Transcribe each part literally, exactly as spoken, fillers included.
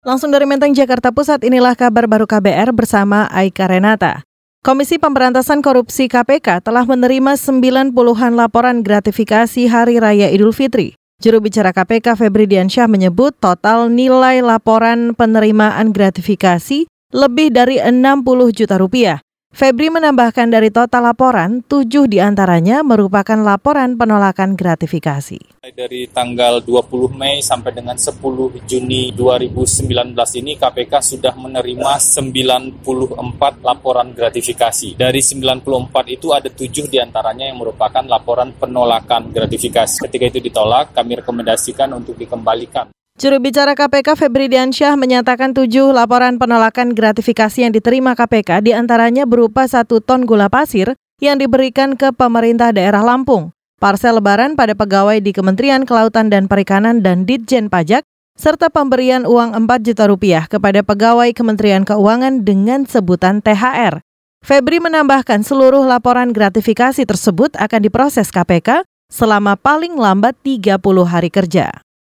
Langsung dari Menteng, Jakarta Pusat, inilah kabar baru K B R bersama Aika Renata. Komisi Pemberantasan Korupsi K P K telah menerima sembilan puluhan laporan gratifikasi Hari Raya Idul Fitri. Juru bicara K P K Febri Diansyah menyebut total nilai laporan penerimaan gratifikasi lebih dari enam puluh juta rupiah. Febri menambahkan dari total laporan, tujuh diantaranya merupakan laporan penolakan gratifikasi. Dari tanggal dua puluh Mei sampai dengan sepuluh Juni dua ribu sembilan belas ini K P K sudah menerima sembilan puluh empat laporan gratifikasi. Dari sembilan puluh empat itu ada tujuh diantaranya yang merupakan laporan penolakan gratifikasi. Ketika itu ditolak, kami rekomendasikan untuk dikembalikan. Juru bicara K P K Febri Diansyah menyatakan tujuh laporan penolakan gratifikasi yang diterima K P K diantaranya berupa satu ton gula pasir yang diberikan ke pemerintah daerah Lampung, parsel lebaran pada pegawai di Kementerian Kelautan dan Perikanan dan Ditjen Pajak, serta pemberian uang empat juta rupiah kepada pegawai Kementerian Keuangan dengan sebutan T H R. Febri menambahkan seluruh laporan gratifikasi tersebut akan diproses K P K selama paling lambat tiga puluh hari kerja.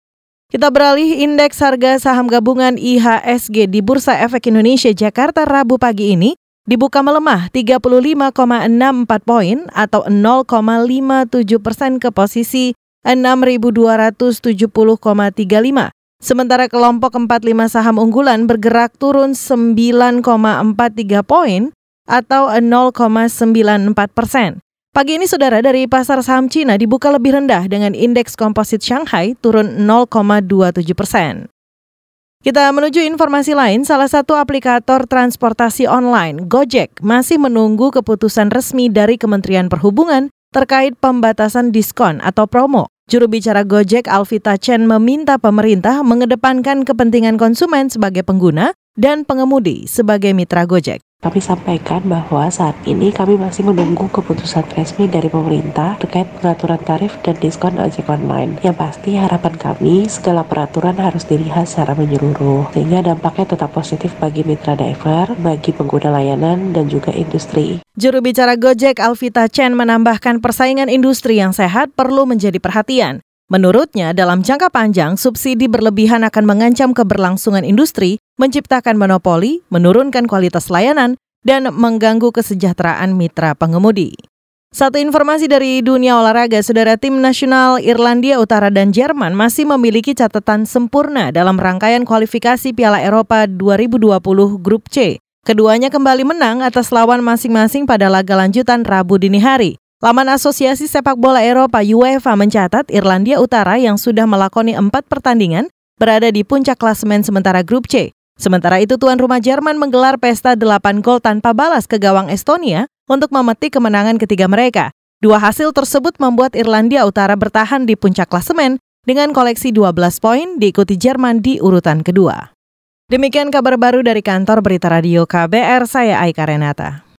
Kita beralih, indeks harga saham gabungan I H S G di Bursa Efek Indonesia Jakarta Rabu pagi ini dibuka melemah tiga puluh lima koma enam empat poin atau nol koma lima tujuh persen ke posisi enam ribu dua ratus tujuh puluh koma tiga lima. Sementara kelompok empat puluh lima saham unggulan bergerak turun sembilan koma empat tiga poin atau nol koma sembilan empat persen. Pagi ini, saudara, dari pasar saham Cina dibuka lebih rendah dengan indeks komposit Shanghai turun nol koma dua tujuh persen. Kita menuju informasi lain, salah satu aplikator transportasi online, Gojek, masih menunggu keputusan resmi dari Kementerian Perhubungan terkait pembatasan diskon atau promo. Juru bicara Gojek, Alvita Chen, meminta pemerintah mengedepankan kepentingan konsumen sebagai pengguna dan pengemudi sebagai mitra Gojek. Kami sampaikan bahwa saat ini kami masih menunggu keputusan resmi dari pemerintah terkait pengaturan tarif dan diskon ojek online. Yang pasti harapan kami segala peraturan harus dilihat secara menyeluruh sehingga dampaknya tetap positif bagi mitra driver, bagi pengguna layanan dan juga industri. Juru bicara Gojek, Alvita Chen, menambahkan persaingan industri yang sehat perlu menjadi perhatian. Menurutnya, dalam jangka panjang, subsidi berlebihan akan mengancam keberlangsungan industri, menciptakan monopoli, menurunkan kualitas layanan, dan mengganggu kesejahteraan mitra pengemudi. Satu informasi dari dunia olahraga, saudara, tim nasional Irlandia Utara dan Jerman masih memiliki catatan sempurna dalam rangkaian kualifikasi Piala Eropa dua ribu dua puluh Grup C. Keduanya kembali menang atas lawan masing-masing pada laga lanjutan Rabu dini hari. Laman Asosiasi Sepak Bola Eropa UEFA mencatat Irlandia Utara yang sudah melakoni empat pertandingan berada di puncak klasemen sementara Grup C. Sementara itu tuan rumah Jerman menggelar pesta delapan gol tanpa balas ke gawang Estonia untuk memetik kemenangan ketiga mereka. Dua hasil tersebut membuat Irlandia Utara bertahan di puncak klasemen dengan koleksi dua belas poin, diikuti Jerman di urutan kedua. Demikian kabar baru dari kantor Berita Radio K B R, saya Aika Renata.